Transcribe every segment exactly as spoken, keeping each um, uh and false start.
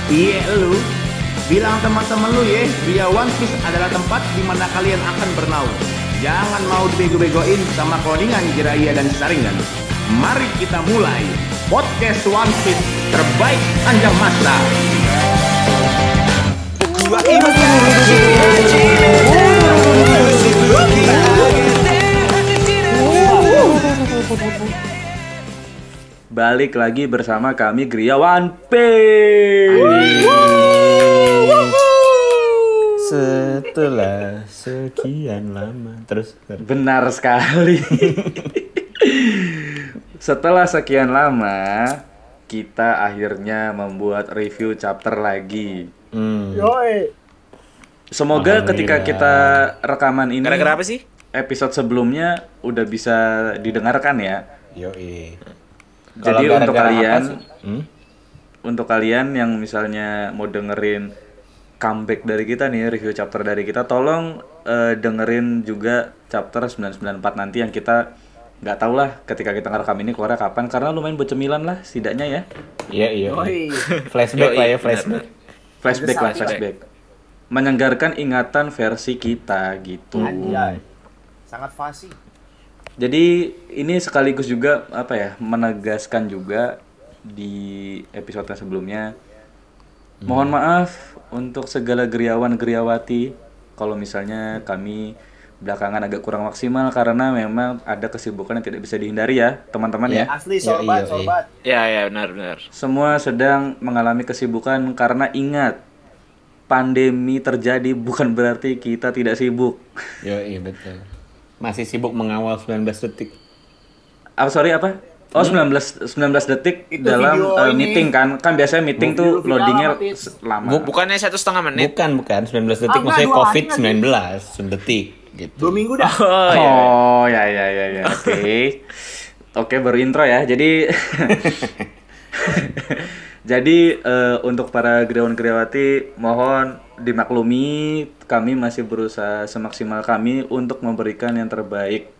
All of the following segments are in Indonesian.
Iya lu, bilang teman-teman lu ya, Gria One Piece adalah tempat di mana kalian akan bernaung. Jangan mau dibego-begoin sama codingan Jiraiya dan Sharingan. Mari kita mulai podcast One Piece terbaik sepanjang masa. Balik lagi bersama kami Gria One Piece. Setelah sekian lama terus, terus. Benar sekali. Setelah sekian lama kita akhirnya membuat review chapter lagi. Hmm. Yoi. Semoga ketika kita rekaman ini Gara-gara apa sih? episode sebelumnya udah bisa didengarkan ya. Yoi. Jadi Kalau untuk gara-gara kalian apa sih? Hmm? Untuk kalian yang misalnya mau dengerin comeback dari kita nih, review chapter dari kita, tolong uh, dengerin juga chapter sembilan sembilan empat nanti yang kita nggak tahu lah ketika kita ngerekam ini keluarnya kapan, karena lumayan bercemilan lah setidaknya ya. Iya iya. Yoi. Flashback Yoi, lah ya, benar, flashback. Flashback lah, Flashback. flashback. Menyegarkan ingatan versi kita gitu. Anjay. Sangat fasih. Jadi ini sekaligus juga apa ya, menegaskan juga di episode sebelumnya. Mohon maaf untuk segala geriawan geriawati kalau misalnya kami belakangan agak kurang maksimal karena memang ada kesibukan yang tidak bisa dihindari ya, teman-teman ya. Asli Yoi, sorbat, yoi. sorbat. Ya ya benar benar. Semua sedang mengalami kesibukan karena ingat, pandemi terjadi bukan berarti kita tidak sibuk. Yoi, betul. Masih sibuk mengawal sembilan belas detik. Ah, sorry apa? Oh, sembilan belas sembilan belas detik Itu dalam video uh, ini. meeting kan. Kan biasanya meeting tuh Video loadingnya lama, Tit. s- lama. Bu- Bukannya satu setengah menit? Bukan, bukan sembilan belas detik, Ah, maksudnya enggak, dua covid hari sembilan belas detik gitu. Dua minggu dah. Oh ya. Oh, ya ya ya ya. Oke. Oke, baru intro ya. Jadi Jadi eh, untuk para Griawan Griawati mohon dimaklumi, kami masih berusaha semaksimal kami untuk memberikan yang terbaik.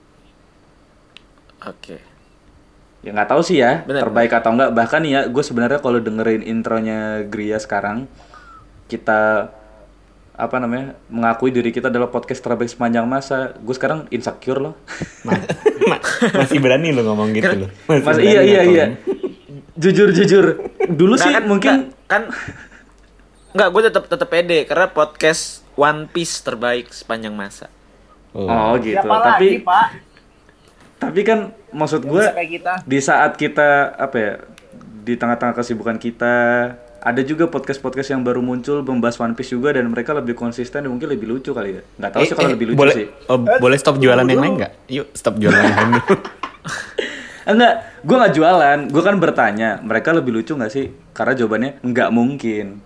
Oke. Ya nggak tahu sih ya, Benar, terbaik atau enggak. Bahkan ya, gue sebenarnya kalau dengerin intronya Gria sekarang, kita apa namanya mengakui diri kita adalah podcast terbaik sepanjang masa. Gue sekarang insecure loh. Ma- ma- masih berani lo ngomong gitu lo. Masih Mas, berani iya iya ngakuin. iya. Jujur jujur. Dulu sih Nah, kan, mungkin nggak, kan nggak, gue tetap tetap pede karena podcast One Piece terbaik sepanjang masa. Oh. oh gitu. Siapa Tapi lagi, Pak? tapi kan maksud Yang gue bisa kayak kita. di saat kita apa ya, di tengah-tengah kesibukan kita, ada juga podcast-podcast yang baru muncul membahas One Piece juga dan mereka lebih konsisten dan mungkin lebih lucu kali ya. Nggak tahu Eh, sih kalau eh, lebih lucu boleh, sih. oh, boleh stop jualan yang lain nggak? Yuk stop jualan yang lain dulu. Enggak, gue nggak jualan. Gue kan bertanya, mereka lebih lucu nggak sih? Karena jawabannya nggak mungkin.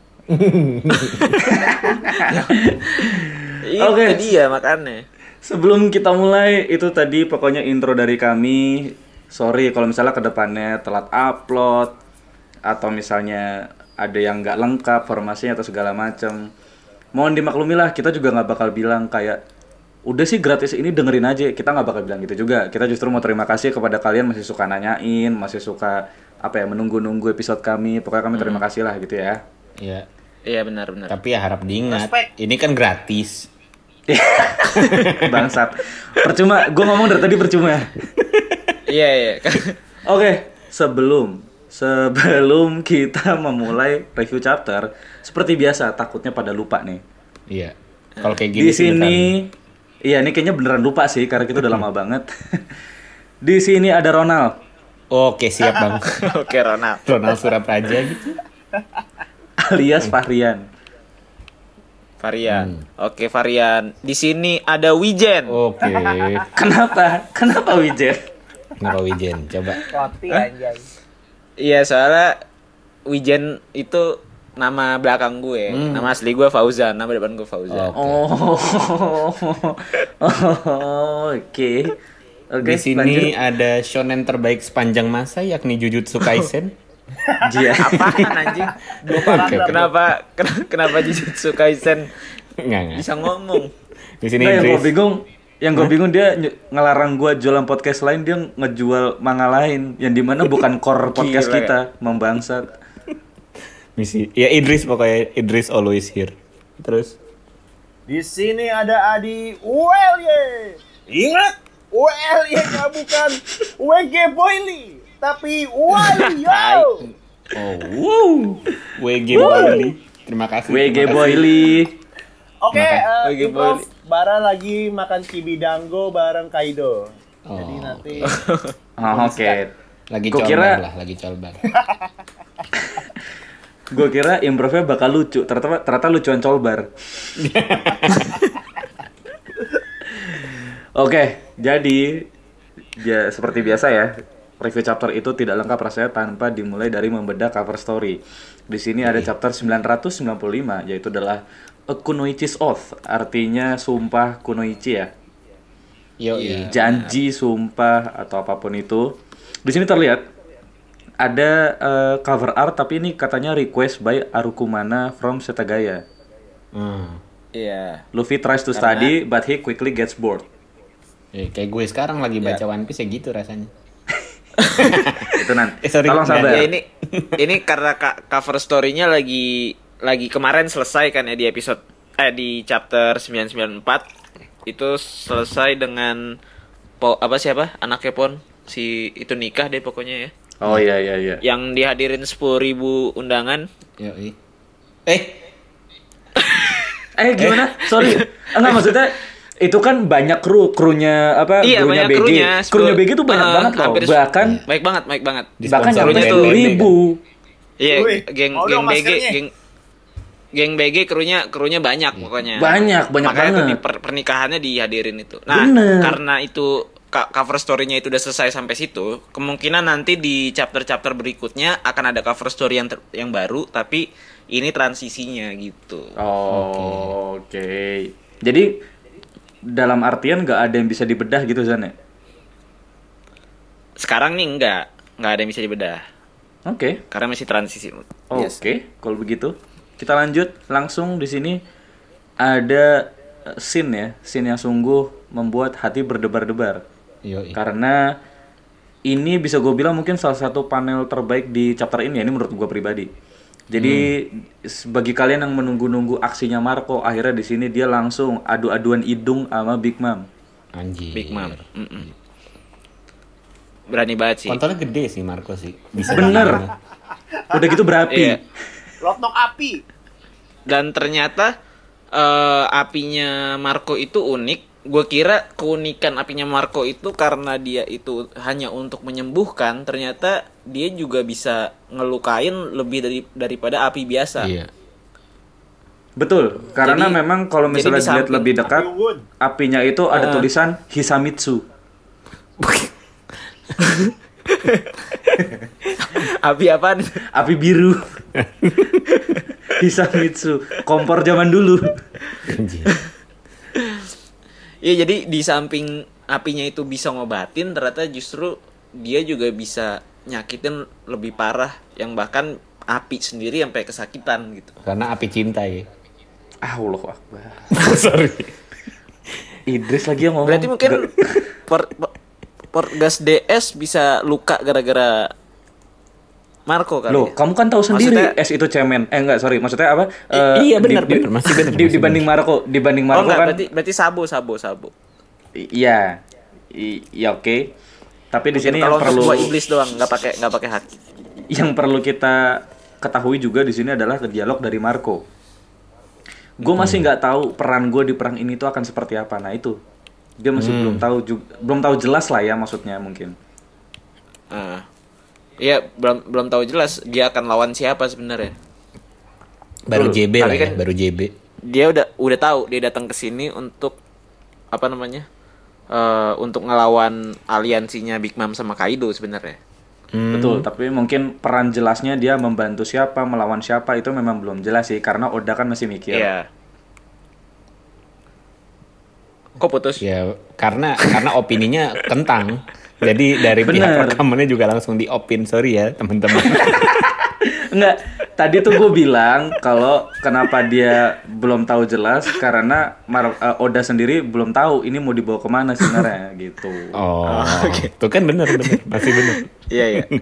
Itu Oke. dia makanya. Sebelum kita mulai, itu tadi pokoknya intro dari kami. Sorry kalau misalnya kedepannya telat upload atau misalnya ada yang nggak lengkap formasinya atau segala macam. Mohon dimaklumi lah, kita juga nggak bakal bilang kayak udah sih gratis ini dengerin aja. Kita nggak bakal bilang gitu juga. Kita justru mau terima kasih kepada kalian masih suka nanyain, masih suka apa ya menunggu-nunggu episode kami. Pokoknya kami terima kasih lah gitu ya. Iya. Iya benar benar. Tapi ya harap diingat, Respect. ini kan gratis. Bangsat. Percuma, gue ngomong dari tadi percuma. Iya iya. Oke, sebelum sebelum kita memulai review chapter, seperti biasa takutnya pada lupa nih. Iya. Kalau kayak gini Di sih sini, iya ini kayaknya beneran lupa sih karena kita udah lama banget. Di sini ada Ronald, beneran. Oke siap bang. Oke Ronald. Ronald Surapraja gitu. alias Fahrian. Varian. Oke varian. Di sini ada Wijen. Oke. Kenapa? Kenapa Wijen? Kenapa Wijen? Coba. Roti anjay. Iya soalnya Wijen itu nama belakang gue. Nama asli gue Fauzan. Nama depan gue Fauzan. Oh, oh, oke. Oke, Di sini lanjut. ada shonen terbaik sepanjang masa yakni Jujutsu Kaisen. Jia. Apaan anjing? Dua paragraf. Kenapa ken- kenapa Jujutsu Kaisen Enggak enggak. bisa ngomong? Di sini Nggak, yang gue Idris. bingung, yang gue bingung dia ny- ngelarang gue jualan podcast lain, dia ngejual manga lain yang dimana bukan core podcast Gila, kita, membangsat. Misi. Ya Idris pokoknya Idris always here. Terus Di sini ada Adi W L Y. Ingat, W L Y-nya bukan W G Boily, tapi Wario. oh wow. W G Boily. Terima kasih. W G terima kasih. Boily. Oke, Makan. eh, W G Improv, Boily. Bara lagi makan cibidango bareng Kaido. Oh. Jadi nanti Oh, oke. Lagi Gua colbar kira- lah, lagi colbar. Gue kira improvnya bakal lucu, ternyata ternyata lucuan colbar. Oke, jadi ya seperti biasa ya, review chapter itu tidak lengkap rasanya tanpa dimulai dari membedah cover story. Di sini ada chapter sembilan ratus sembilan puluh lima, yaitu adalah A Kunoichi's Oath, artinya sumpah Kunoichi ya. Yo, iya. Janji, sumpah atau apapun itu. Di sini terlihat ada eh, cover art tapi ini katanya request by Arukumana from Setagaya. Hmm. Iya. Luffy tries to study but he quickly gets bored. Ya, kayak gue sekarang lagi baca One Piece ya gitu rasanya. Itu nanti. Eh, sorry. Tolong sabar. Ya ini ini karena ka- cover story-nya lagi lagi kemarin selesai kan ya di episode eh di chapter sembilan sembilan empat itu selesai dengan po, apa siapa anaknya Pon si itu nikah deh pokoknya ya. Oh iya iya iya. Yang dihadirin sepuluh ribu undangan. Yo, iya. Eh, Eh gimana? Sorry. Enggak maksudnya itu kan banyak kru, krunya apa? Iya, krunya banyak B G. krunya. Krunya B G tuh banyak Eh, banget loh. hampir- Bahkan Baik banget, baik banget. bahkan Disponsori nyampe oleh sepuluh B G. ribu. Iya, Wih, geng mau geng dong B G, maskernya. geng geng B G krunya krunya banyak pokoknya. Banyak, banyak Makanya tuh banget. di per- pernikahannya dihadirin itu. Nah, Bener. karena itu ka- cover story-nya itu udah selesai sampai situ, kemungkinan nanti di chapter-chapter berikutnya akan ada cover story yang ter- yang baru tapi ini transisinya gitu. Oh, oke. Jadi dalam artian nggak ada yang bisa dibedah gitu Zan ya? Sekarang nih enggak, enggak ada yang bisa dibedah. Oke. Karena masih transisi. Oke, Yes. kalau begitu kita lanjut langsung di sini ada eh, scene ya, scene yang sungguh membuat hati berdebar-debar. yo, iya. Karena ini bisa gue bilang mungkin salah satu panel terbaik di chapter ini ya, ini menurut gue pribadi. Jadi s- bagi kalian yang menunggu-nunggu aksinya Marco, akhirnya di sini dia langsung adu-aduan hidung sama Big Mom. Anjir. Big Mom. Mm-mm. Berani banget sih. Kontolnya gede sih Marco sih. Bisa Bener. dibilang. Udah gitu berapi. Iya. Lotok api. Dan ternyata eh, apinya Marco itu unik. Gue kira keunikan apinya Marco itu karena dia itu hanya untuk menyembuhkan. Ternyata dia juga bisa ngelukain lebih dari daripada api biasa. Iya. Betul, karena Jadi- memang kalau jadi misalnya di dilihat samping lebih dekat, api unggun. apinya itu ada Ah. tulisan Hisamitsu. Api apaan? Api biru. Hisamitsu, kompor zaman dulu. Anjir. Iya, jadi di samping apinya itu bisa ngobatin, ternyata justru dia juga bisa nyakitin lebih parah, yang bahkan api sendiri sampai kesakitan gitu. Karena api cinta ya. Ah, Allahu Akbar. Sorry. Idris lagi yang ngomong. Berarti mungkin Gak- per, per- Portgas D S bisa luka gara-gara Marco kali. Loh, ya? kamu kan tahu sendiri Maksudnya- S itu cemen. Eh enggak, sorry. Maksudnya apa? I- Eh, iya, benar, di- benar. Masih benar, di- masih dibanding Marco, dibanding Oh Marco enggak, kan. berarti berarti sabo sabo sabo. I- Iya. I- Iya oke. Tapi di Mungkin sini kalau yang perlu untuk buah iblis doang, nggak pakai nggak pakai haki. yang perlu kita ketahui juga di sini adalah ke dialog dari Marco. Gue masih nggak tahu peran gue di perang ini tuh akan seperti apa. Nah itu dia masih belum tahu juga, belum tahu jelas lah ya maksudnya mungkin. Ah. Iya, belum belum tahu jelas dia akan lawan siapa sebenarnya. Baru Betul. J B lah Tapi ya, kan- baru J B. Dia udah udah tahu dia datang ke sini untuk apa namanya? Eh, untuk ngelawan aliansinya Big Mom sama Kaido sebenarnya. Hmm. Betul, tapi mungkin peran jelasnya dia membantu siapa, melawan siapa itu memang belum jelas sih karena Oda kan masih mikir. Iya. Kok putus? Ya karena karena opininya kentang. Jadi dari Bener. pihak rekamannya juga langsung diopin. Sorry ya teman-teman. Enggak, tadi tuh gue bilang kalau kenapa dia belum tahu jelas karena Mar- eh, Oda sendiri belum tahu ini mau dibawa kemana sebenarnya gitu. Oh, itu kan benar benar masih benar. Iya, iya.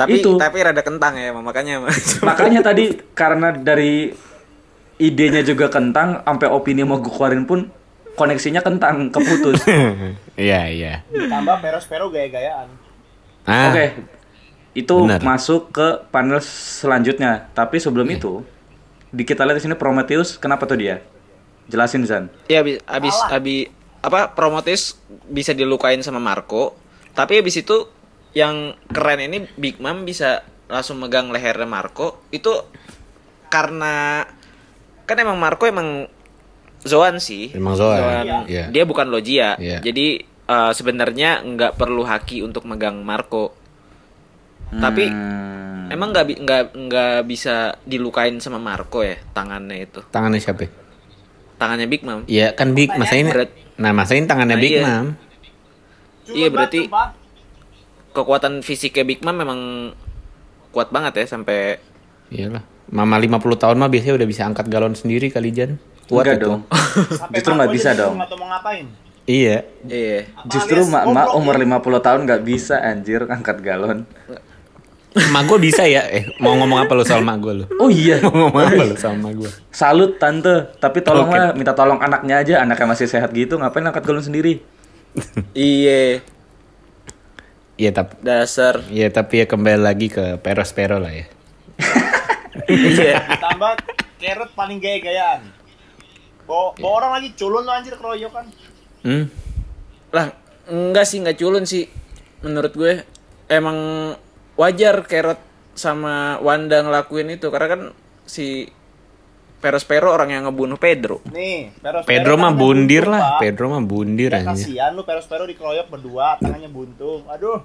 Tapi Itu. tapi rada kentang ya makanya. Makanya tadi karena dari idenya juga kentang, sampai opini mau gue keluarin pun koneksinya kentang, keputus. Iya, iya. Ditambah Peros-Pero gaya-gayaan. Ah, Oke. Itu benar. masuk ke panel selanjutnya. Tapi sebelum itu, di kita lihat di sini Prometheus, kenapa tuh dia? Jelasin Zan. Ya abis abis abis apa Prometheus bisa dilukain sama Marco, tapi abis itu yang keren ini Big Mom bisa langsung megang lehernya Marco itu karena kan emang Marco emang Zoan sih. Emang Zoan, iya. Dia bukan Logia. Iya. Jadi uh, sebenarnya nggak perlu Haki untuk megang Marco. Tapi Hmm. emang nggak bi- nggak nggak bisa dilukain sama Marco ya tangannya itu. Tangannya siapa? Tangannya Big Mom. Iya, kan Big masa ini. Berat. Nah, masa ini tangannya Nah, Big iya. Mom. Culun Iya, berarti banget tuh, Pak. kekuatan fisiknya Big Mom memang kuat banget ya sampai Iyalah. Mama lima puluh tahun mah biasanya udah bisa angkat galon sendiri kali Jan. Kuat Enggak itu. dong. Sampai Justru Marco nggak bisa aja dong. nggak tahu mau ngapain. Iya. iya. Justru Alias mak-mak goblok umur ya. lima puluh tahun nggak bisa anjir angkat galon. Mak gue bisa ya. Eh, mau ngomong apa lu soal mak gue lu? Oh iya. Mau ngomong apa lu soal mak gue? Salut tante, tapi tolonglah minta tolong anaknya aja, anaknya masih sehat gitu, ngapain angkat galon sendiri? Iya. Iya, tapi Dasar. Iya, tapi ya kembali lagi ke Peros-Pero lah ya. Iya. Ditambah Carrot paling gaya-gayaan. Bawa, bawa orang lagi culun lo anjir keroyokan. Hmm. Lah, enggak sih, enggak culun sih. Menurut gue emang wajar Carrot sama Wanda ngelakuin itu karena kan si Peros-Pero orang yang ngebunuh Pedro. Nih, Peros Pedro mah tangannya bundir buntung, lah. Pak. Pedro mah bundir Ya, aja. kasihan lu Peros-Pero dikeroyok berdua, tangannya buntung. Aduh.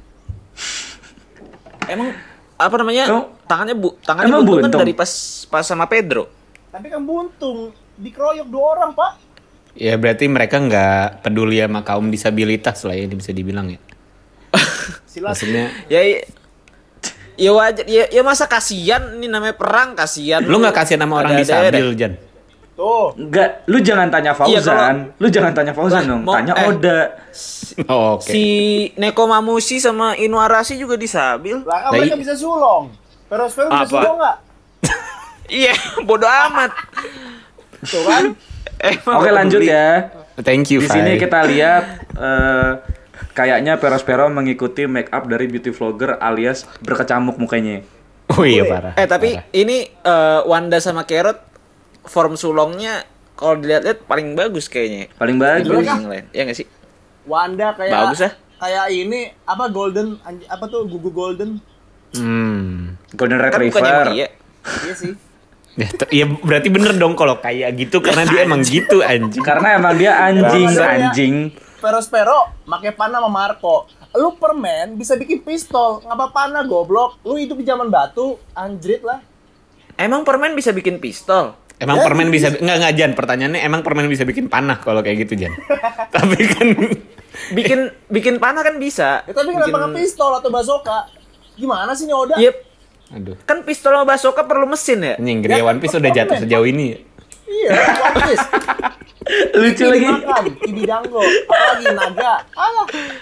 Emang apa namanya? Emang- tangannya bu tangannya emang buntung kan buntung? dari pas pas sama Pedro. Tapi kan buntung, dikeroyok dua orang, Pak. Ya berarti mereka nggak peduli sama kaum disabilitas lah ya bisa dibilang ya. Silas. Maksudnya Ya i- ya wajar ya, ya masa kasihan ini namanya perang kasihan. lu nggak kasihan sama orang Ada-ada disabil, deh. Jan? Tuh. Enggak, lu jangan tanya Iya, Fauzan. Lu jangan tanya Fauzan Lah, dong, mau- tanya eh. Oda. Oh, oke. Si Neko Mamushi sama Inuarashi juga disabil. Lah kan Nah, mereka i- bisa sulong. Peros-Pero bisa Apa? sulong nggak? Iya, bodoh amat. Tuh kan. Emang Oke, lanjut peduli. ya. Thank you, Di sini Fai. kita lihat eh, kayaknya Peros-Pero mengikuti make up dari beauty vlogger alias berkecamuk mukanya. Oh iya parah. Eh tapi parah. ini eh, Wanda sama Carrot form sulongnya kalau dilihat-lihat paling bagus kayaknya. Paling bagus. Dibanding yang lain. Ya nggak sih? Wanda kayak Bagus ya? kayak ini apa golden anj- apa tuh gugu golden. Hmm. Golden Kan bukannya Retriever. emang iya. Iya sih. Ya, t- ya berarti bener dong kalau kayak gitu karena dia emang gitu anjing. Karena emang dia anjing, Bagus ya. anjing. Peros-Pero make panah sama Marco. Lu permen bisa bikin pistol, ngapa panah goblok? Lu hidup di zaman batu, anjrit lah. Emang permen bisa bikin pistol? Emang Ya, permen bisa enggak enggak Jan, pertanyaannya emang permen bisa bikin panah kalau kayak gitu Jan. Tapi kan Bikin bikin panah kan bisa. Ya tapi kenapa nggak pistol atau bazooka? Gimana sih nih Oda? Yep. aduh. Kan pistol sama bazooka perlu mesin ya? Anjing Gria One Piece udah jatuh sejauh ini. Iya, One Piece. Lucu Ini lagi. dimakan, Kibi Dango, apalagi naga. Alah.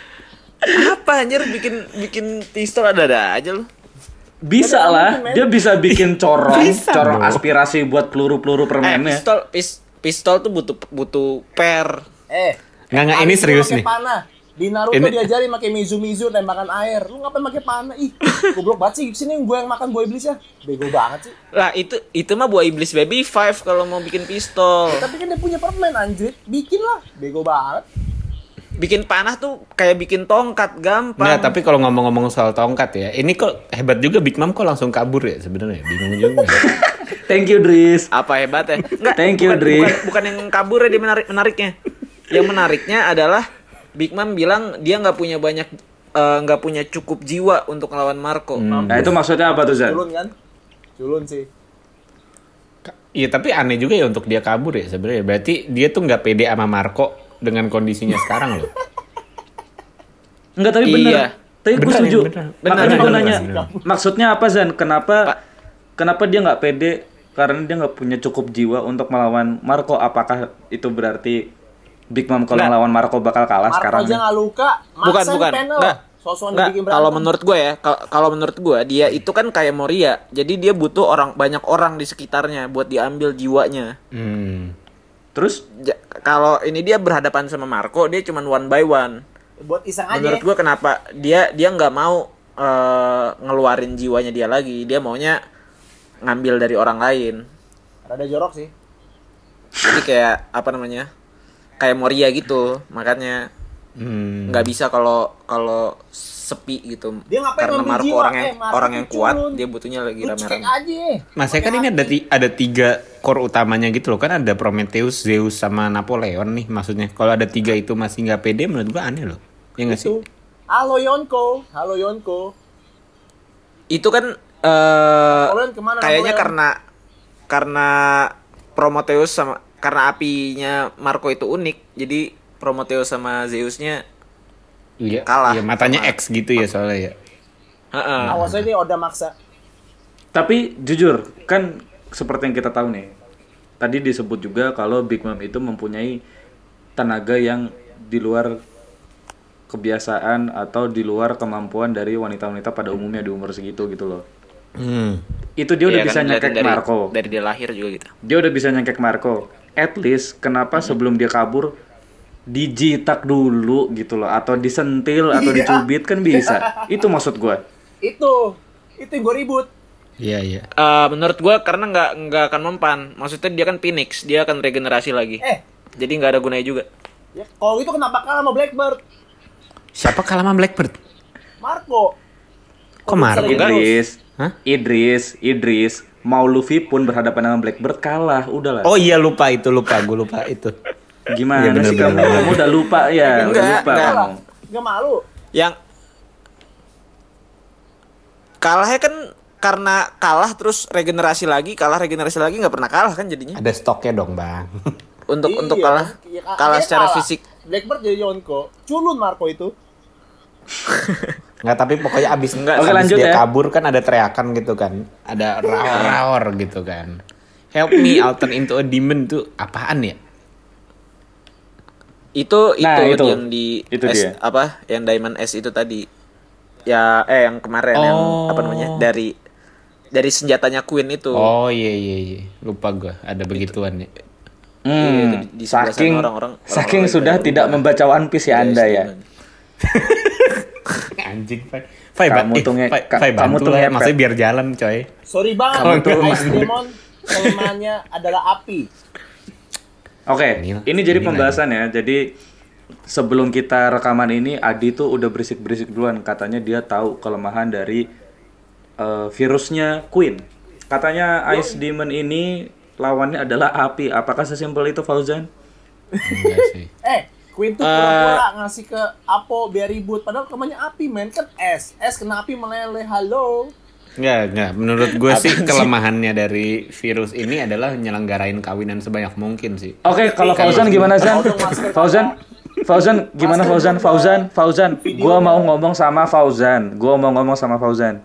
Apa anjir bikin bikin pistol ada-ada aja lu. Bisa Nggak lah, mungkin, men. dia bisa bikin corong, Bisa corong dong. aspirasi buat peluru-peluru Eh, permennya. pistol pis, pistol tuh butuh butuh per. Eh. Nggak, nggak, ini Naruto serius pakai nih. Panah. Di Naruto Ini- diajarin pakai Mizu-Mizu tembakan air. Lu ngapain pakai panah? Ih, goblok banget sih. Sini gue yang makan buah iblis ya. Bego banget sih. Lah itu itu mah buah iblis baby five kalau mau bikin pistol. Tapi kan dia punya permen anjrit. Bikin lah. Bego banget. Bikin panah tuh kayak bikin tongkat gampang. Enggak, tapi kalau ngomong-ngomong soal tongkat ya, ini kok hebat juga Big Mom kok langsung kabur ya sebenarnya. Bingung juga. Thank you, Dris. Apa hebatnya? Enggak. Thank you, bukan, Dri. bukan, bukan yang kabur ya dia menarik menariknya. Yang menariknya adalah Big Mom bilang dia nggak punya banyak eh, nggak punya cukup jiwa untuk melawan Marco. Nah, itu maksudnya apa tuh, Zan? Culun kan? Culun sih. Iya, tapi aneh juga ya untuk dia kabur ya sebenarnya. Berarti dia tuh nggak pede sama Marco dengan kondisinya sekarang loh. Enggak, tapi bener. Iya. Tapi gue Bener, setuju. bener. Makanya Bener, gue bener, nanya, bener. maksudnya apa, Zan? Kenapa Pak. kenapa dia nggak pede? Karena dia nggak punya cukup jiwa untuk melawan Marco. Apakah itu berarti Big Mom kalau Nggak. ngelawan Marco bakal kalah Marco sekarang? aja nggak luka. Bukan, maksain bukan. panel. Nggak. Sosokan Enggak, dibikin kalau berantem. menurut gue ya, kal- kalau menurut gue dia itu kan kayak Moria. Jadi dia butuh orang banyak orang di sekitarnya buat diambil jiwanya. Hmm. Terus Ja- kalau ini dia berhadapan sama Marco, dia cuman one by one. Buat iseng aja. Menurut gue kenapa dia dia nggak mau eh, ngeluarin jiwanya dia lagi. Dia maunya ngambil dari orang lain. Rada jorok sih. Jadi kayak apa namanya? Kayak Moria gitu. Makanya Hmm. nggak bisa kalau kalau sepi gitu. Dia ngapain Karena ngambil Marco jiwa? orang yang Eh, Marco orang yang tuh kuat, culun. dia butuhnya lagi Lu cek rame-rame. aja. Mas kan ini ada ti- ada tiga core utamanya gitu loh, kan ada Prometheus, Zeus sama Napoleon nih maksudnya. Kalau ada tiga itu masih nggak pede menurut gua aneh loh. Ya nggak sih? Itu. Halo Yonko, halo Yonko. Itu kan eh Napoleon kemana, kayaknya Napoleon? karena karena Prometheus sama karena apinya Marco itu unik. Jadi Prometheus sama Zeusnya Iya. Kalah. Iya, matanya Sama- X gitu ya soalnya ya. heeh. Awas aja nih Oda maksa. tapi jujur kan seperti yang kita tahu nih. Tadi disebut juga kalau Big Mom itu mempunyai tenaga yang di luar kebiasaan atau di luar kemampuan dari wanita-wanita pada umumnya di umur segitu gitu loh. Hmm. Itu dia udah Iya bisa kan, dilihatin nyekek dari, Marco. Dari dia lahir juga gitu. Dia udah bisa nyekek Marco. At least kenapa sebelum dia kabur dijitak dulu gitu loh, atau disentil atau Iya. dicubit kan bisa. Itu maksud gua. Itu. Itu yang gue ribut. Iya, iya. Eh, menurut gua karena nggak nggak akan mempan. Maksudnya dia kan Phoenix, dia akan regenerasi lagi. Eh, Jadi nggak ada gunanya juga. ya, kalau itu kenapa kalah sama Blackbird? Siapa kalah sama Blackbird? Marco. Kok Marco? Enggak. Idris, Hah? Idris, Idris, mau Luffy pun berhadapan dengan Blackbird kalah, udahlah. Oh iya lupa itu, lupa gue lupa itu. Gimana Iya, bener, sih bener, kamu? bener. Kamu udah lupa ya, udah Enggak, lupa enggak. kamu. Gak malu. Yang kalahnya kan karena kalah terus regenerasi lagi, kalah regenerasi lagi nggak pernah kalah kan jadinya. Ada stoknya dong bang. Untuk Iya, untuk kalah iya, kalah dia secara kalah. fisik. Blackbird jadi Yonko. Culun Marco itu. Nggak, tapi pokoknya abis, Nggak, abis oke, lanjut dia ya. kabur kan ada teriakan gitu kan. Ada raor-raor gitu kan. Help me, I'll turn into a demon tuh apaan ya? Itu Nah, itu, itu. yang di Itu S, dia. apa yang Diamond S itu tadi. Ya eh yang kemarin yang Oh. apa namanya? Dari dari senjatanya Queen itu. Oh iya iya iya, lupa gue ada begituan ya. Iya, Hmm, di- di sebelah sana saking orang-orang- saking orang-orang sudah pada tidak berubah. membaca One Piece ya Anda ya. Anjing, Fai. Fai, Kamu eh, tuh nge- Fai, ka- Fai, kamu bantu tuh lah ya, ngepet. maksudnya biar jalan coy. Sorry banget. Kamu tuh- Ice Demon kelemahannya adalah api. Oke, Ini- ini jadi ini pembahasan ya. Jadi sebelum kita rekaman ini, Adi tuh udah berisik-berisik duluan. Katanya dia tahu kelemahan dari eh, virusnya Queen. Katanya Ice Demon ini lawannya adalah api. Apakah sesimpel itu, Fauzan? Enggak sih. Eh, Queen tuh pura-pura ngasih ke Apo biar ribut. Padahal kemanya api, men. Kan es. Es kena api meleleh. Halo. Enggak, enggak. Menurut gue sih kelemahannya dari virus ini adalah nyelenggarain kawinan sebanyak mungkin sih. Oke, kalau Fauzan gimana, Zan? Kalau dong masker Fauzan? Fauzan, gimana Masker Fauzan? dong, Fauzan, Fauzan. Video Gua mau dong. ngomong sama Fauzan. Gua mau ngomong sama Fauzan.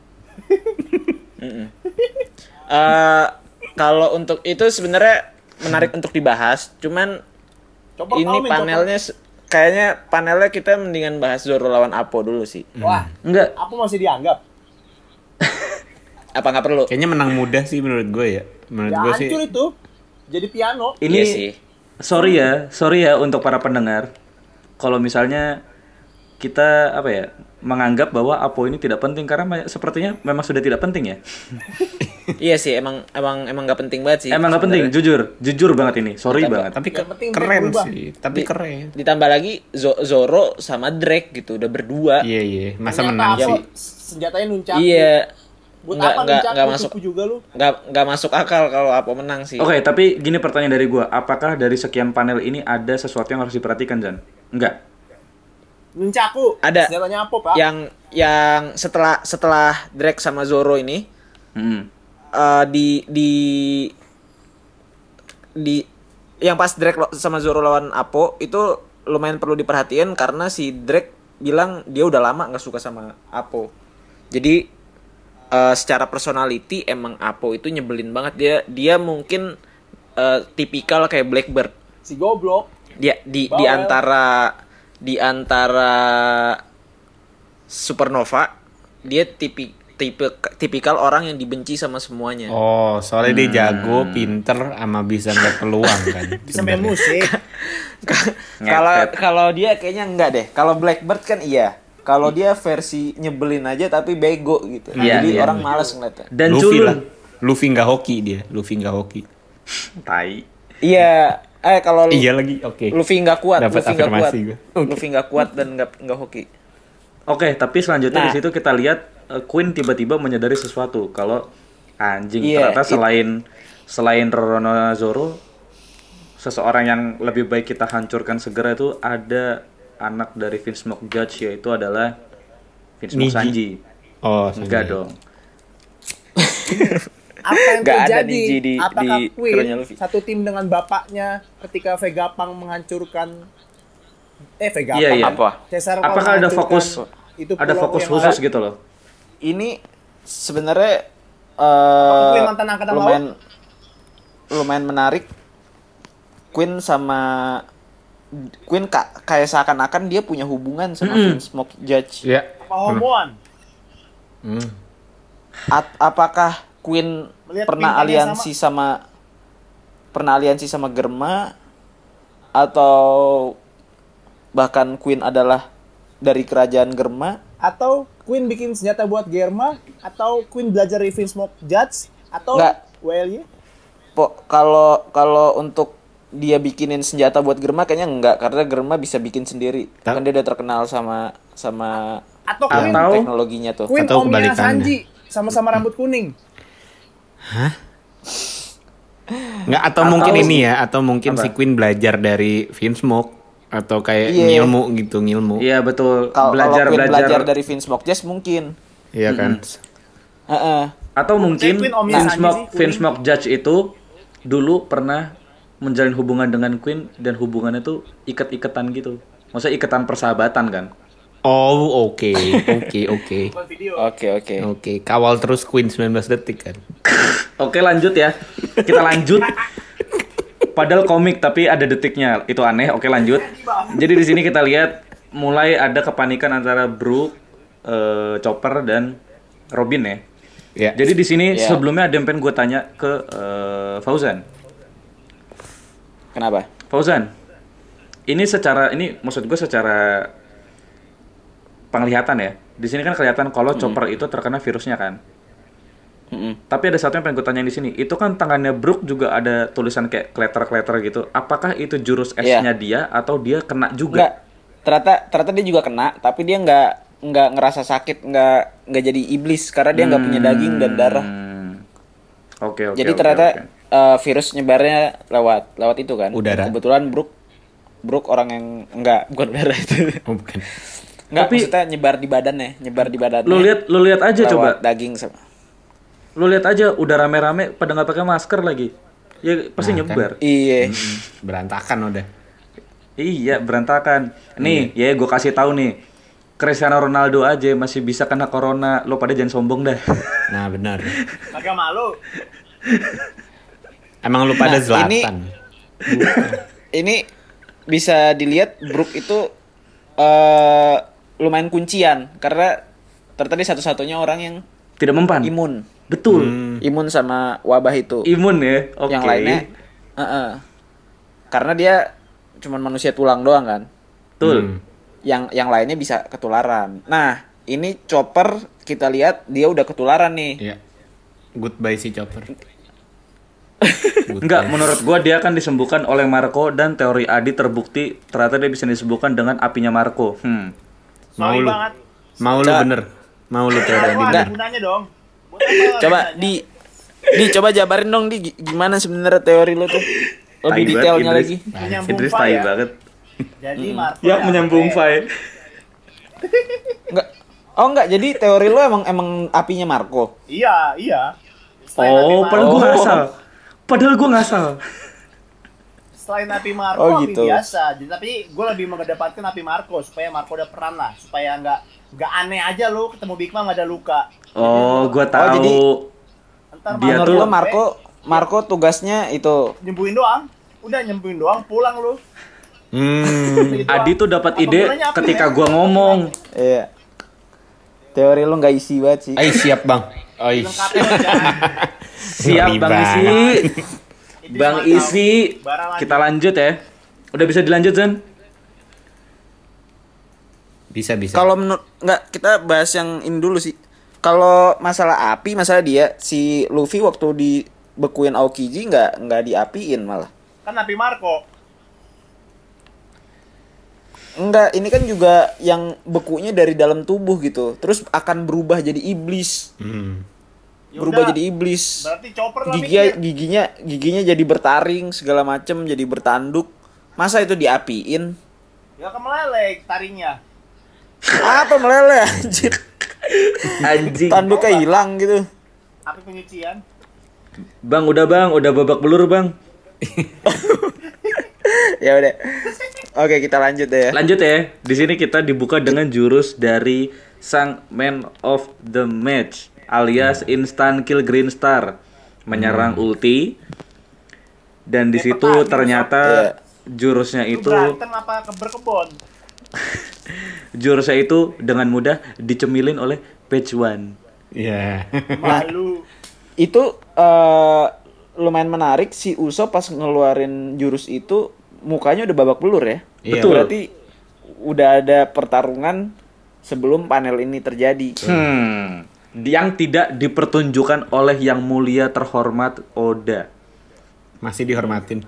Eh, kalau untuk itu sebenarnya menarik untuk dibahas. Cuman Coba ini panelnya se- kayaknya panelnya kita mendingan bahas Zoro lawan Apo dulu sih. Wah, Enggak. Apo masih dianggap. Apa nggak perlu? Kayaknya menang mudah sih menurut gue ya. Menurut Ya gue sih. hancur itu. Jadi piano. Ini Iya sih. sorry ya, sorry ya untuk para pendengar. Kalau misalnya kita apa ya menganggap bahwa Apo ini tidak penting karena me- sepertinya memang sudah tidak penting ya. Iya sih, emang emang emang nggak penting banget sih. Emang nggak penting, jujur, jujur banget ini. Sorry Ditambah- banget. Tapi ke- Yang penting keren berubah. sih. Tapi Di- keren. Ditambah lagi Zo- Zoro sama Drake gitu udah berdua. Iya iya. Masa Ternyata menang Apo sih. senjatanya nuncaku. Iya. Buat Nggak apa nggak nuncaku? nggak masuk Cupu juga lu. nggak nggak masuk akal kalau Apo menang sih. Oke, tapi gini pertanyaan dari gua, apakah dari sekian panel ini ada sesuatu yang harus diperhatikan, Jan? Enggak. Nuncaku. Ada. Senjatanya Apo, Pak. Yang yang setelah setelah Drake sama Zoro ini Hmm. eh, di di di yang pas Drake lo- sama Zoro lawan Apo itu lumayan perlu diperhatiin karena si Drake bilang dia udah lama nggak suka sama Apo. Jadi eh, secara personality emang Apo itu nyebelin banget. Dia dia mungkin eh, tipikal kayak Blackbird. Si goblok. Dia di di Bawel. antara di antara supernova, dia tipi tipe tipikal orang yang dibenci sama semuanya. Oh, soalnya dia jago, pinter, sama bisa ngeliat peluang kan. Bisa main sebenarnya. musik. Kalau Ngepet. kalau dia kayaknya enggak deh. Kalau Blackbird kan iya. Kalau dia versi nyebelin aja tapi bego gitu. Iya, Jadi iya. orang malas ngeliatnya. Dan Luffy culun. lah. Luffy nggak hoki dia, Luffy nggak hoki. Tai. Iya, eh kalau lu- Iya lagi, oke. Luffy nggak kuat, Dapat Luffy nggak kuat. afirmasi gua. Luffy nggak kuat dan nggak nggak hoki. Oke, tapi selanjutnya Nah. di situ kita lihat eh, Queen tiba-tiba menyadari sesuatu kalau anjing Iya, ternyata it- selain selain Roronoa Zoro, seseorang yang lebih baik kita hancurkan segera itu ada anak dari Vinsmoke Judge, yaitu adalah Vinsmoke Niji. Sanji. Oh, Enggak Sanji. dong. Apa yang Nggak ada terjadi? Niji di- Apakah di Queen krunya Luffy? satu tim dengan bapaknya ketika Vegapunk menghancurkan eh Vegapunk Iya, iya. Apa? Caesar Apakah ada menghancurkan fokus itu ada pulau fokus yang khusus ada? gitu loh? Ini sebenarnya Apakah eh Queen mantan angkatan lumayan lumayan menarik. Queen sama Queen ka- kayak seakan-akan dia punya hubungan sama Mm-mm. Vinsmoke Judge. Ya. Apa homoan? Hmm. At- apakah Queen Melihat pernah bintangnya aliansi sama. pernah aliansi sama Germa atau bahkan Queen adalah dari kerajaan Germa? Atau Queen bikin senjata buat Germa? Atau Queen belajar dari Vinsmoke Judge? Atau Nggak. W L Y? Po kalau kalau untuk dia bikinin senjata buat Germa kayaknya enggak, karena Germa bisa bikin sendiri. Ta- Kan dia udah terkenal sama sama Atau Queen, Atau teknologinya tuh. Queen Atau omnya kebalikannya. Sanji sama-sama rambut kuning. Nggak, atau, Atau- mungkin ini ya, atau mungkin Apa? si Queen belajar dari Vinsmoke atau kayak Iya. ngilmu gitu, ngilmu. Iya betul. Kalau kalau Belajar Queen belajar. belajar dari Vinsmoke Judge mungkin. Iya kan? Heeh. Atau mungkin Queen omnya Sanji Vinsmoke sih, Queen. Vinsmoke Judge itu dulu pernah menjalin hubungan dengan Queen dan hubungannya tuh iket-iketan gitu. Maksudnya iketan persahabatan kan? Oh, oke. Oke, oke. Buat video. Oke, oke. Oke, kawal terus Queen sembilan belas detik kan. Oke lanjut ya. Kita lanjut. Padahal komik tapi ada detiknya. Itu aneh. Oke lanjut. Jadi di sini kita lihat mulai ada kepanikan antara Brook, eh, Chopper dan Robin ya. Ya. Jadi di sini Ya. sebelumnya ada yang pengen gue tanya ke eh, Fauzan. Kenapa? Fauzan, ini secara ini maksud gue secara penglihatan ya. Di sini kan kelihatan kalau Chopper itu terkena virusnya kan. Mm-mm. Tapi ada satu yang pengen gue tanyain di sini. Itu kan tangannya Brook juga ada tulisan kayak kleter-kleter gitu. Apakah itu jurus S-nya dia atau dia kena Enggak. juga? Ternyata ternyata dia juga kena, tapi dia nggak nggak ngerasa sakit, nggak nggak jadi iblis karena dia nggak punya daging dan darah. Hmm. Oke oke. Jadi oke, ternyata oke. eh, virus nyebarnya lewat lewat itu kan. Udara. Kebetulan Brook Brook orang yang enggak bukan udara itu. Oh, bukan. Enggak, Tapi- maksudnya nyebar di badannya, nyebar di badannya. Lu lihat lu lihat aja lewat coba. daging sama. Lu lihat aja udah rame-rame pada nggak pakai masker lagi. Ya pasti Nah, nyebar. Iya. Hmm, berantakan udah. Iya berantakan. Nih ya gue kasih tahu nih. Cristiano Ronaldo aja masih bisa kena corona. Lo pada jangan sombong dah. Nah, benar. Kagak malu. Emang lu pada Nah, ini- Zlatan. Ini bisa dilihat Brook itu eh lumayan kuncian karena ternyata dia satu-satunya orang yang Tidak mempan. imun. Betul. Hmm. Imun sama wabah itu. Imun ya. Oke. Yang lainnya Heeh. Karena dia cuman manusia tulang doang kan. Betul. Hmm. Yang yang lainnya bisa ketularan. Nah, ini Chopper kita lihat dia udah ketularan nih. Iya. Goodbye si Chopper. Enggak, menurut gua dia akan disembuhkan oleh Marco dan teori Adi terbukti ternyata dia bisa disembuhkan dengan apinya Marco. Hmm. Mau Sorry lu. banget. Mau lu Nggak. bener. Mau lu teori Aku Adi ada bener. gunanya dong. Buat apa Coba gunanya? di di coba jabarin dong di gimana sebenarnya teori lo tuh. Lebih Tai detailnya banget, lagi. Idris. Menyambung Idris Fai tai ya. banget. Jadi Marco Ya menyambung sampai- Fai. Enggak. Oh enggak, jadi teori lo emang emang apinya Marco. Iya, iya. Selain Oh, api padahal Marco, gua ngasal. Padahal gua ngasal. selain api Marco, Oh, api gitu. biasa. Jadi, tapi gue lebih mengedepankan api Marco supaya Marco ada peran lah, supaya nggak nggak aneh aja lu ketemu Big Mom ada luka. Oh, gua tahu. jadi Ntar dia Menurut tuh- lo Marco Marco tugasnya itu nyembuhin doang. Udah nyembuhin doang, pulang lu. Hmm. Gitu Adi doang. tuh dapat Apa ide gunanya api ketika ya? gua ngomong. iya. Teori lu nggak isi banget sih. Ay, siap bang. Ay. Lengkapin aja. Siap Ngeri Bang Isi. Itu Bang cuma Isi. tahu. Barang lanjut. Kita lanjut ya. Udah bisa dilanjut Zan? Bisa bisa. Kalau menurut nggak kita bahas yang ini dulu sih. Kalau masalah api, masalah dia si Luffy waktu dibekuin Aokiji nggak nggak diapiin malah. Kan Nabi Marco. Enggak, ini kan juga yang bekunya dari dalam tubuh gitu. Terus akan berubah jadi iblis. Hmm. Ya Berubah udah, jadi iblis. Berarti chopper lah Giginya mikir. giginya giginya jadi bertaring segala macem, jadi bertanduk. Masa itu diapiin? Ya kemeleleh taringnya. Apa meleleh anjir. Anjing. Tanduknya hilang gitu. Api penyucian. Bang, udah Bang, udah babak belur Bang. Ya udah. Oke, kita lanjut deh ya. Lanjut ya. Di sini kita dibuka dengan jurus dari sang man of the match alias instant kill Green Star menyerang ulti. Dan di Ya, situ petani, ternyata Iya. jurusnya Itu itu berantem apa keberkebon? jurusnya itu dengan mudah dicemilin oleh Page One. Iya. Malu. Itu eh, lumayan menarik si Usopp pas ngeluarin jurus itu mukanya udah babak belur ya. Iya. Betul. Berarti udah ada pertarungan sebelum panel ini terjadi. Hmm, yang tidak dipertunjukkan oleh yang mulia terhormat Oda. Masih dihormatin.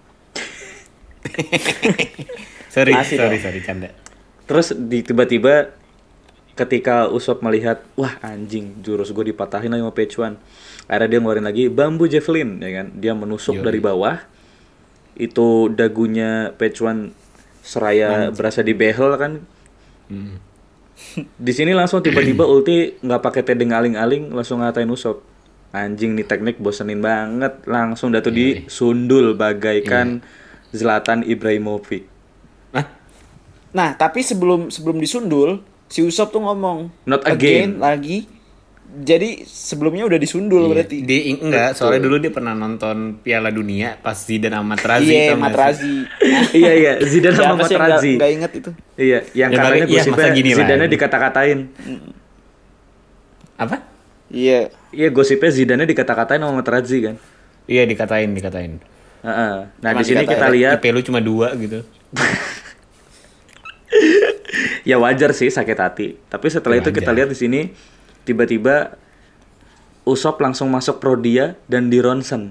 sorry, Masih sorry, dong. sorry, canda. Terus di tiba-tiba ketika Usopp melihat, wah anjing, jurus gue dipatahin lagi sama Page One. Akhirnya dia ngeluarin lagi bambu javelin, ya kan? Dia menusuk Yoi. dari bawah. Itu dagunya Page One seraya berasa dibehel kan. Hmm. Di sini langsung tiba-tiba ulti nggak pakai tedeng aling-aling, langsung ngatain Usopp. Anjing nih teknik bosenin banget, langsung datu Iya. disundul bagaikan Zlatan Ibrahimovic. Hah? Nah, tapi sebelum sebelum disundul, si Usopp tuh ngomong Not again. lagi. Jadi sebelumnya udah disundul Iya. berarti. Dia enggak, soalnya dulu dia pernah nonton Piala Dunia pas Zidane sama Materazzi. Iya, tau nggak sih? Materazzi. Iya iya, Zidane sama Siapa sih yang Materazzi. nggak- nggak inget itu? Iya, yang Ya, katanya tapi- iya, gosipnya masa gini lah. Zidane dikata-katain. Apa? Iya. Iya, gosipnya Zidane dikata-katain sama Materazzi kan. Iya, dikatain, dikatain. Heeh. Nah, Cuma di sini dikatain. kita lihat I P lu cuma dua gitu. ya wajar sih sakit hati. Tapi setelah Ya, itu kita wajar. lihat di sini tiba-tiba Usopp langsung masuk Prodia dan di Ronsen.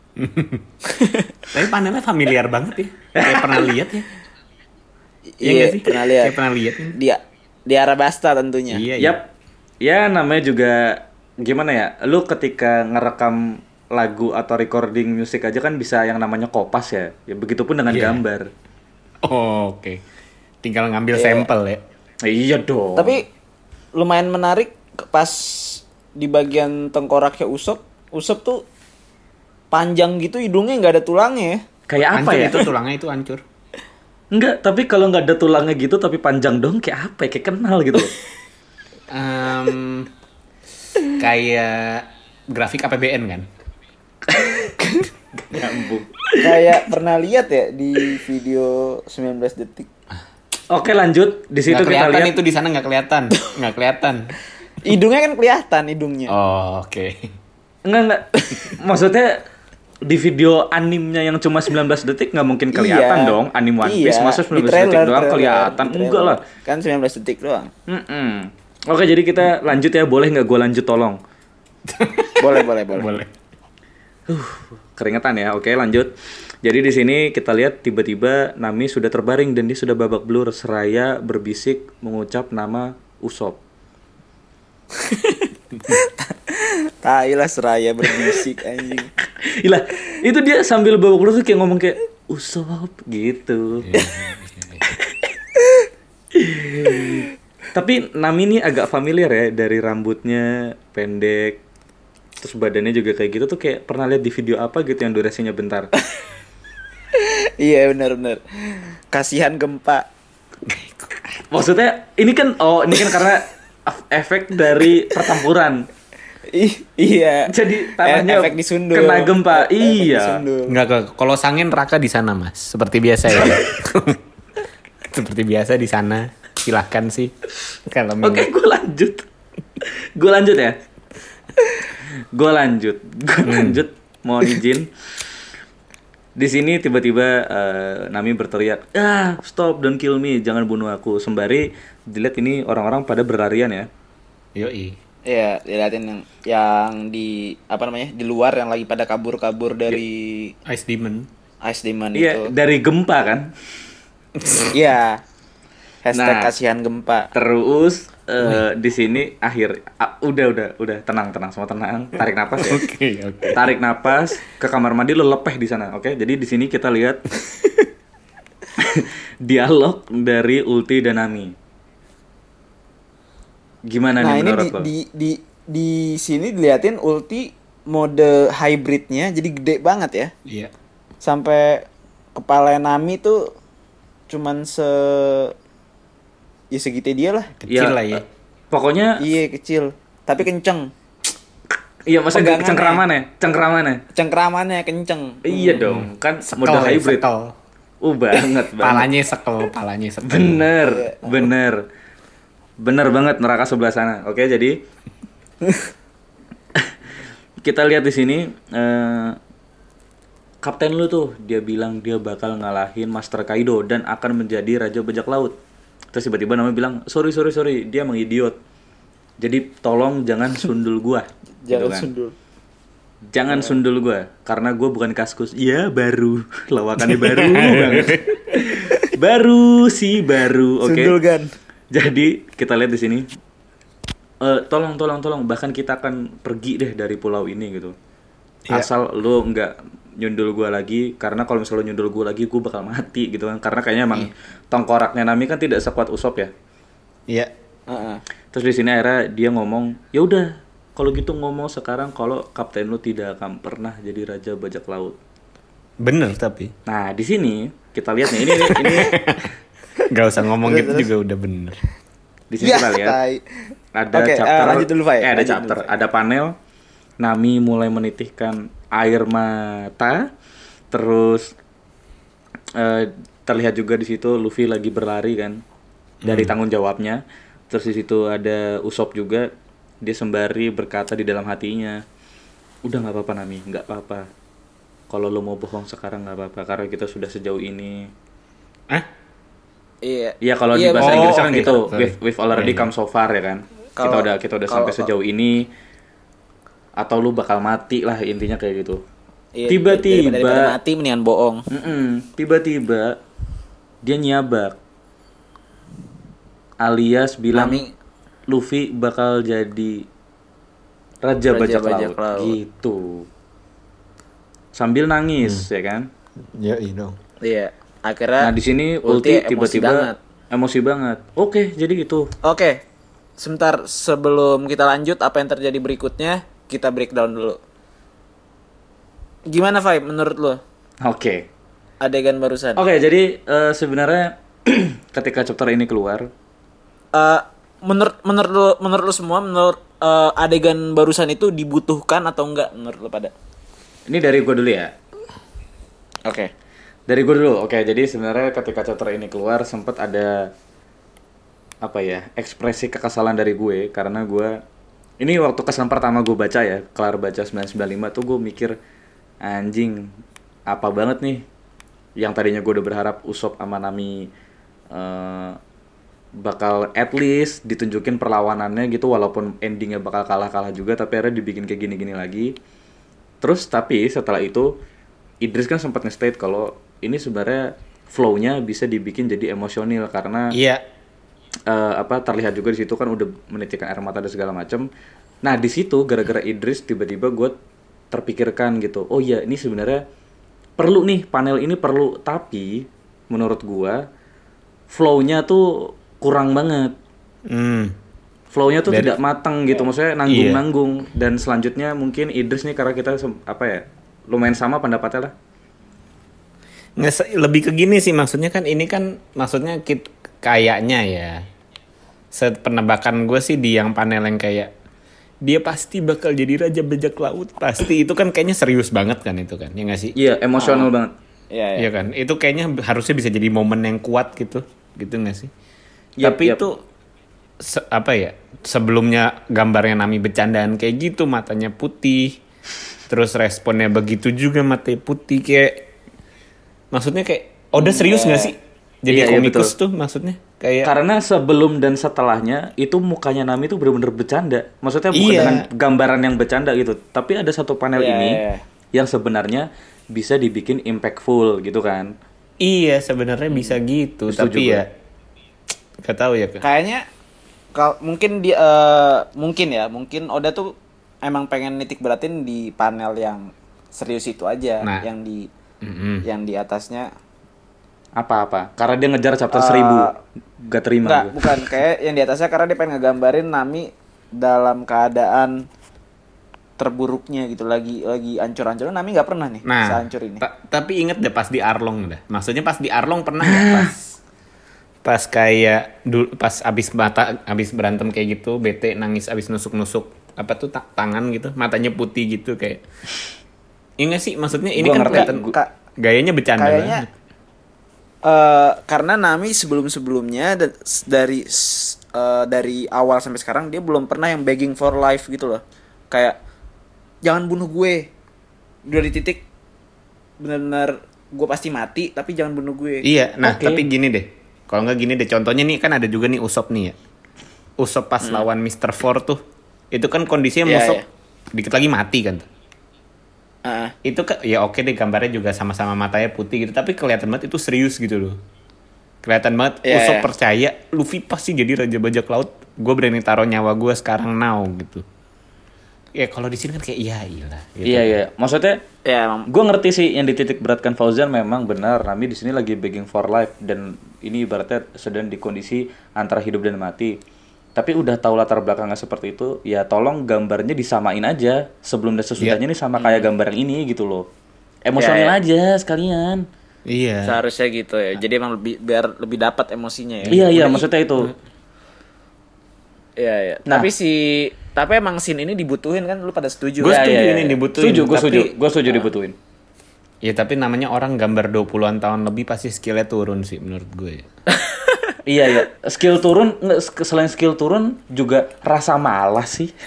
Tapi panelnya familiar banget ya. Kayak pernah lihat ya. Iya nggak sih? pernah lihat. Kayak pernah lihat. kan? Dia di Arabasta tentunya. Iya, iya. Yap. Ya namanya juga gimana ya? Lu ketika ngerekam lagu atau recording musik aja kan bisa yang namanya kopas ya. Ya begitupun dengan Iya. gambar. Oh, oke. Tinggal ngambil Iya. sampel ya. Iya dong. Tapi lumayan menarik ke- pas di bagian tengkoraknya Usopp. Usopp tuh panjang gitu hidungnya nggak ada tulangnya ya. kayak apa Hancur ya? itu tulangnya itu hancur. Enggak, tapi kalau nggak ada tulangnya gitu tapi panjang dong kayak apa ya? Kayak kenal gitu loh. Em, kayak grafik A P B N kan? Nyambung. Kayak pernah lihat ya di video sembilan belas detik. Oke, lanjut. Di situ Nggak kita kelihatan lihat itu di sana nggak kelihatan, nggak kelihatan. Hidungnya kan kelihatan hidungnya. Oh, oke. enggak enggak. Maksudnya di video animnya yang cuma sembilan belas detik nggak mungkin kelihatan Iya. dong. Anim One Piece Iya, masa di sembilan belas trailer, detik doang trailer, kelihatan. di trailer. Enggak lah. Kan sembilan belas detik doang. Mm-mm. Oke, jadi kita lanjut ya. Boleh nggak gue lanjut tolong? Boleh, boleh, boleh. Boleh. Keringetan ya. Oke, lanjut. Jadi di sini kita lihat tiba-tiba Nami sudah terbaring dan dia sudah babak belur seraya berbisik mengucap nama Usopp. Tai lah seraya berbisik anjing. Ilah, itu dia sambil babak belur tuh kayak ngomong kayak Usopp gitu. Tapi Nami ini agak familiar ya dari rambutnya pendek. Terus badannya juga kayak gitu tuh kayak pernah lihat di video apa gitu yang durasinya bentar. Iya benar-benar. Kasihan gempa. Maksudnya ini kan oh ini kan karena efek dari pertempuran. Ih, iya. Jadi tanahnya Eh, efek disundul. kena gempa. Efek Iya. disundul. Nggak ke kalau Sangen Raka di sana mas, seperti biasa ya. Seperti biasa di sana. Silahkan sih. Kalau Oke, minat. gue lanjut. Gue lanjut ya. Gue lanjut. Gue lanjut. Mohon izin. Di sini tiba-tiba uh, Nami berteriak, ah stop, don't kill me, jangan bunuh aku. Sembari dilihat ini orang-orang pada berlarian ya. Yoi. Iya, dilihatin yang yang di apa namanya di luar yang lagi pada kabur-kabur dari Ice Demon. Ice Demon Iya, itu. dari gempa kan. Iya. Hashtag Nah, kasihan gempa. Terus uh, di sini akhir uh, udah udah udah tenang tenang semua tenang, tarik napas ya. Oke, oke. Tarik napas, ke kamar mandi lo lepeh di sana, oke? Jadi di sini kita lihat dialog dari Ulti dan Nami. Gimana Nah, nih ini menurut di, lo? di di di sini diliatin ulti mode hybridnya jadi gede banget ya. Iya. Sampai kepala Nami tuh cuman se ya segitu dia lah. Kecil lah ya. eh, Pokoknya Iya, kecil, tapi kenceng. iya maksudnya pegangannya. cengkeramannya, cengkeramannya. Cengkeramannya kenceng. Iya dong, kan Sekel mode ya, hybrid. sekel. Uh banget, banget. Palanya sekel, palanya sekel. Bener, bener. Bener banget neraka sebelah sana. Oke, jadi kita lihat di sini eh, kapten lu tuh dia bilang dia bakal ngalahin Master Kaido dan akan menjadi raja bajak laut. Terus tiba-tiba namanya bilang, "Sorry, sorry, sorry, dia emang idiot. Jadi tolong jangan sundul gua." Gitu Jangan kan. sundul. Jangan sundul gua karena gua bukan kaskus. Iya, baru. Lawakannya baru banget. Baru sih, baru. Oke. Sundul gan. Jadi kita lihat di sini, Eh, tolong, tolong, tolong. Bahkan kita akan pergi deh dari pulau ini gitu. Iya. Asal lo nggak nyundul gua lagi, karena kalau misalnya lo nyundul gua lagi, gua bakal mati gitu kan. Karena kayaknya emang tengkoraknya Nami kan tidak sekuat Usopp ya. Iya. Heeh. Terus di sini akhirnya dia ngomong, ya udah, kalau gitu ngomong sekarang kalau kapten lo tidak akan pernah jadi raja bajak laut. Bener tapi. Nah di sini kita lihat nih, ini ini, ini Gak usah ngomong gitu juga udah bener. di sini Ya, kita lihat. tai. Ada Oke, eh, chapter, lanjut dulu, Fai. eh, ada Lanjut chapter, dulu, Fai. ada panel. Nami mulai menitihkan air mata, terus eh, terlihat juga di situ Luffy lagi berlari kan dari tanggung jawabnya. Terus di situ ada Usopp juga, dia sembari berkata di dalam hatinya, udah nggak apa-apa Nami, nggak apa-apa. Kalau lo mau bohong sekarang nggak apa-apa karena kita sudah sejauh ini. Hah? Iya. Iya kalau Iya, di bahasa oh, Inggris kan oke. gitu, Sorry. we've, we've already Iya, iya. come so far ya kan. kita Kalau- udah kita udah kalau- sampai sejauh ini, atau lu bakal mati lah intinya kayak gitu. Iya, Tiba-tiba- daripada, daripada mati mendingan bohong. Mm-mm, tiba-tiba dia nyabak, alias bilang Nami- Luffy bakal jadi raja, Raja bajak, bajak laut. laut. Gitu. Sambil nangis ya kan. Ya iya dong. Iya. Akhirnya Nah di sini Ulti Ulti emosi tiba-tiba banget. emosi banget. Oke jadi gitu. Oke. Sebentar sebelum kita lanjut apa yang terjadi berikutnya, kita breakdown dulu. Gimana Fai menurut lo Oke. adegan barusan? Oke jadi eh, sebenarnya ketika chapter ini keluar, Eh, menurut menurut lo menurut lo semua menurut eh, adegan barusan itu dibutuhkan atau enggak menurut lo pada? ini dari gue dulu ya. Oke. Dari gue dulu, oke. Jadi sebenarnya ketika chapter ini keluar sempat ada apa ya ekspresi kekesalan dari gue karena gue ini waktu kesan pertama gue baca ya, kelar baca sembilan sembilan lima tuh gue mikir anjing apa banget nih yang tadinya gue udah berharap Usopp sama Nami eh, bakal at least ditunjukin perlawanannya gitu walaupun endingnya bakal kalah-kalah juga tapi akhirnya dibikin kayak gini-gini lagi. Terus tapi setelah itu Idris kan sempat nge-state kalau ini sebenarnya flow-nya bisa dibikin jadi emosional karena Iya. eh, apa terlihat juga di situ kan udah menitikkan air mata dan segala macam. Nah di situ gara-gara Idris tiba-tiba gue terpikirkan gitu, oh iya ini sebenarnya perlu nih panel ini perlu tapi menurut gue flow-nya tuh kurang banget. Hmm. Flow-nya tuh Dari- tidak matang gitu, maksudnya nanggung-nanggung. Dan selanjutnya mungkin Idris nih karena kita sem- apa ya lumayan sama pendapatnya lah. Nggak se- lebih ke gini sih maksudnya kan ini kan maksudnya kit, kayaknya ya sepenebakan gue sih di yang panel yang kayak dia pasti bakal jadi raja bajak laut pasti itu kan kayaknya serius banget kan itu kan ya nggak sih Iya emosional banget. Iya, iya. Iya kan itu kayaknya harusnya bisa jadi momen yang kuat gitu gitu nggak sih Yap, tapi yap. itu se- apa ya sebelumnya gambarnya Nami bercandaan kayak gitu, matanya putih. Terus responnya begitu juga, matanya putih kayak. Maksudnya kayak Oda serius nggak sih? Jadi Iya, iya, komikus betul. tuh maksudnya kayak. Karena sebelum dan setelahnya itu mukanya Nami tuh bener-bener bercanda. Maksudnya bukan Iya. dengan gambaran yang bercanda gitu. Tapi ada satu panel Iya, ini iya. yang sebenarnya bisa dibikin impactful gitu kan. Iya sebenarnya bisa gitu, Setuju tapi gue. ya nggak tahu ya. Kayaknya kal mungkin dia eh, mungkin ya, mungkin Oda tuh emang pengen nitik beratin di panel yang serius itu aja, Nah. yang di Mm-mm. yang di atasnya Apa-apa. Karena dia ngejar chapter Eh, seribu. Gak terima enggak, gue. bukan kayak yang di atasnya karena dia pengen ngegambarin Nami dalam keadaan terburuknya gitu, lagi lagi ancur-ancurnya. Nami nggak pernah nih Nah, sehancur ini. ta- tapi inget deh pas di Arlong dah. Maksudnya pas di Arlong pernah nggak pas pas kayak dulu pas abis mata abis berantem kayak gitu, bete nangis abis nusuk-nusuk apa tuh ta- tangan gitu, matanya putih gitu kayak. Ini sih maksudnya ini Gua kan ngerti. kelihatan Gua- Ka- gayanya bercanda kayaknya banget. eh karena Nami sebelum-sebelumnya dan s- dari s- eh, dari awal sampai sekarang dia belum pernah yang begging for life gitu loh. Kayak jangan bunuh gue. Udah di titik benar-benar gue pasti mati tapi jangan bunuh gue. Iya, nah Oke. tapi gini deh. Kalau nggak gini deh, contohnya nih kan ada juga nih Usopp nih ya. Usopp pas lawan mister Four tuh, itu kan kondisinya Hmm. Iya, Usopp iya. dikit lagi mati kan tuh. Ah, Itu kan ya oke deh gambarnya juga sama-sama matanya putih gitu, tapi kelihatan banget itu serius gitu loh. Kelihatan banget Iya, Usopp iya. percaya Luffy pasti jadi raja bajak laut. Gue berani taruh nyawa gue sekarang now gitu. Ya kalau di sini kan kayak iya iyalah. Gitu. Iya, iya. Maksudnya ya emang gue ngerti sih yang dititik beratkan Fauzan memang benar. Nami di sini lagi begging for life dan ini ibaratnya sedang di kondisi antara hidup dan mati. Tapi udah tahu latar belakangnya seperti itu, ya tolong gambarnya disamain aja sebelum dan sesudahnya nih sama kayak gambar yang ini gitu loh. Emosional Ya, aja sekalian. Iya. seharusnya gitu ya. Jadi emang lebih biar lebih dapat emosinya ya. Iya, iya, maksudnya itu. Iya, iya. Nah. Tapi si tapi emang scene ini dibutuhin kan, lu pada setuju Gue kan? setuju Iya, iya, ini iya. dibutuhin. Setuju, gue tapi- setuju. Gue setuju dibutuhin. Ya tapi namanya orang gambar dua puluhan tahun lebih pasti skillnya turun sih menurut gue. Iya, iya. Skill turun, nggak, sk- selain skill turun juga rasa malas sih.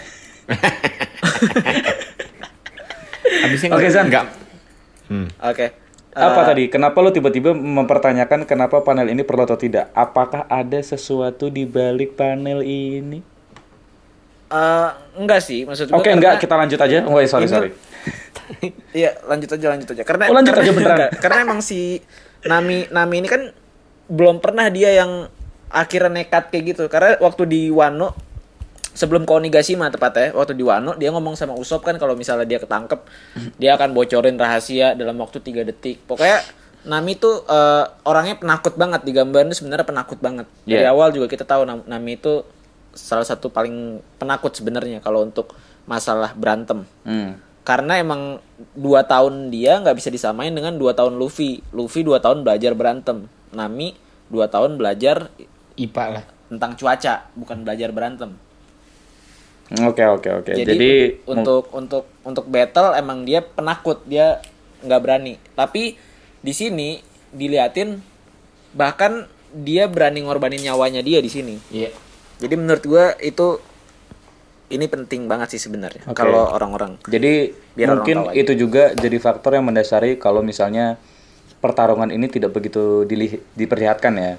Habisnya Oke, Zan. nggak. Hmm. Oke. Apa Eh, tadi? Kenapa lu tiba-tiba mempertanyakan kenapa panel ini perlu atau tidak? Apakah ada sesuatu di balik panel ini? eh, enggak sih, maksud gua Oke, karena- enggak, kita lanjut aja. Oh, sorry, Ini- sorry. Iya, lanjut aja, lanjut aja. Karena Oh, lanjut karena, aja beneran. enggak, karena emang si Nami Nami ini kan belum pernah dia yang akhirnya nekat kayak gitu. Karena waktu di Wano sebelum Koonigashima tepatnya, waktu di Wano dia ngomong sama Usopp kan kalau misalnya dia ketangkep, dia akan bocorin rahasia dalam waktu tiga detik. Pokoknya Nami tuh eh, orangnya penakut banget, di gambarnya sebenarnya penakut banget. Dari Yeah. awal juga kita tahu Nam- Nami itu salah satu paling penakut sebenarnya kalau untuk masalah berantem. Hmm. Karena emang dua tahun dia nggak bisa disamain dengan dua tahun Luffy. Luffy dua tahun belajar berantem. Nami dua tahun belajar I P A lah. tentang cuaca, bukan belajar berantem. Oke, oke, oke. Jadi, Jadi, untuk untuk untuk battle emang dia penakut, dia nggak berani. Tapi di sini diliatin bahkan dia berani ngorbanin nyawanya dia di sini. Iya. Jadi menurut gua itu ini penting banget sih sebenarnya Oke. kalau orang-orang. jadi Biar orang mungkin tahu aja. itu juga jadi faktor yang mendasari kalau misalnya pertarungan ini tidak begitu dilih- diperlihatkan ya.